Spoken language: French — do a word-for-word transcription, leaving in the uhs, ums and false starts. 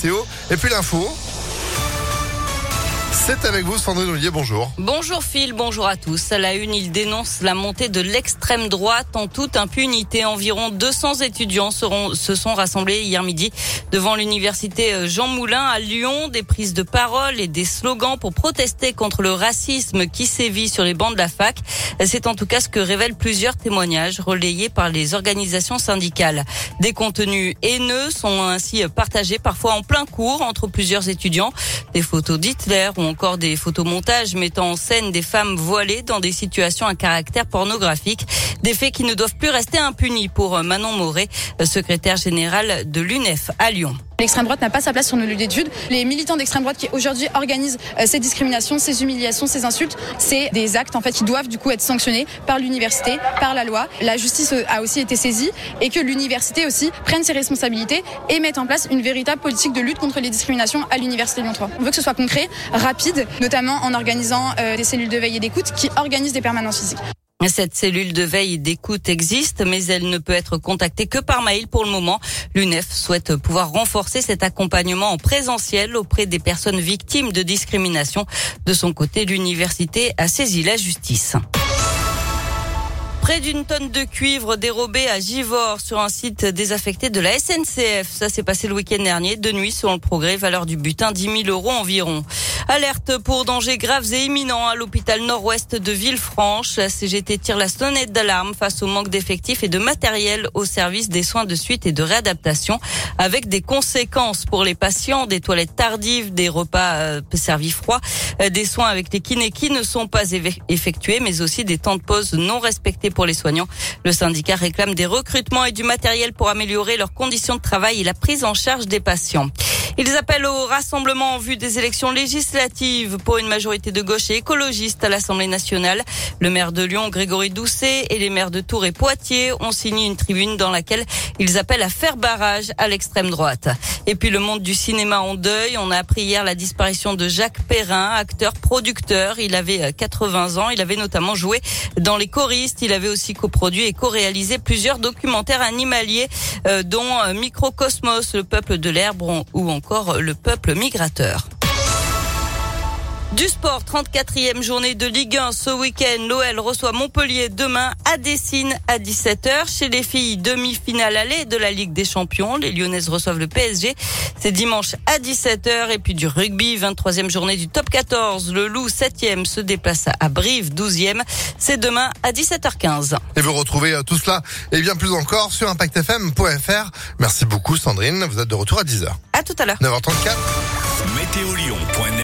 météo et puis l'info. C'est avec vous Sandrine Ollier, bonjour. Bonjour Phil, bonjour à tous. À la une, il dénonce la montée de l'extrême droite en toute impunité. Environ deux cents étudiants seront, se sont rassemblés hier midi devant l'université Jean Moulin à Lyon. Des prises de parole et des slogans pour protester contre le racisme qui sévit sur les bancs de la fac. C'est en tout cas ce que révèlent plusieurs témoignages relayés par les organisations syndicales. Des contenus haineux sont ainsi partagés parfois en plein cours entre plusieurs étudiants. Des photos d'Hitler ou encore des photomontages mettant en scène des femmes voilées dans des situations à caractère pornographique. Des faits qui ne doivent plus rester impunis pour Manon Moret, secrétaire générale de l'U N E F à Lyon. L'extrême droite n'a pas sa place sur nos lieux d'études. Les militants d'extrême droite qui aujourd'hui organisent euh, ces discriminations, ces humiliations, ces insultes, c'est des actes en fait qui doivent du coup être sanctionnés par l'université, par la loi. La justice a aussi été saisie et que l'université aussi prenne ses responsabilités et mette en place une véritable politique de lutte contre les discriminations à l'université Lyon trois. On veut que ce soit concret, rapide, notamment en organisant euh, des cellules de veille et d'écoute qui organisent des permanences physiques. Cette cellule de veille et d'écoute existe, mais elle ne peut être contactée que par mail pour le moment. L'U N E F souhaite pouvoir renforcer cet accompagnement en présentiel auprès des personnes victimes de discrimination. De son côté, l'université a saisi la justice. Près d'une tonne de cuivre dérobée à Givors sur un site désaffecté de la S N C F. Ça s'est passé le week-end dernier, de nuit, selon le Progrès, valeur du butin dix mille euros environ. Alerte pour dangers graves et imminents à l'hôpital nord-ouest de Villefranche. La C G T tire la sonnette d'alarme face au manque d'effectifs et de matériel au service des soins de suite et de réadaptation, avec des conséquences pour les patients, des toilettes tardives, des repas euh, servis froids, euh, des soins avec les kinés qui ne sont pas effectués, mais aussi des temps de pause non respectés pour les soignants. Le syndicat réclame des recrutements et du matériel pour améliorer leurs conditions de travail et la prise en charge des patients. Ils appellent au rassemblement en vue des élections législatives pour une majorité de gauche et écologiste à l'Assemblée nationale. Le maire de Lyon, Grégory Doucet, et les maires de Tours et Poitiers ont signé une tribune dans laquelle ils appellent à faire barrage à l'extrême droite. Et puis le monde du cinéma en deuil. On a appris hier la disparition de Jacques Perrin, acteur, producteur. Il avait quatre-vingts ans. Il avait notamment joué dans Les Choristes. Il avait aussi coproduit et co-réalisé plusieurs documentaires animaliers, euh, dont Microcosmos, le peuple de l'herbe, ou encore le peuple migrateur. Du sport, trente-quatrième journée de Ligue un ce week-end. L'O L reçoit Montpellier demain à Dessines à dix-sept heures. Chez les filles, demi-finale aller de la Ligue des Champions. Les Lyonnaises reçoivent le P S G. C'est dimanche à dix-sept heures. Et puis du rugby, vingt-troisième journée du top quatorze. Le Loup, septième, se déplace à Brive, douzième. C'est demain à dix-sept heures quinze. Et vous retrouvez tout cela et bien plus encore sur impact f m point f r. Merci beaucoup Sandrine. Vous êtes de retour à dix heures. À tout à l'heure. neuf heures trente-quatre. météo lyon point net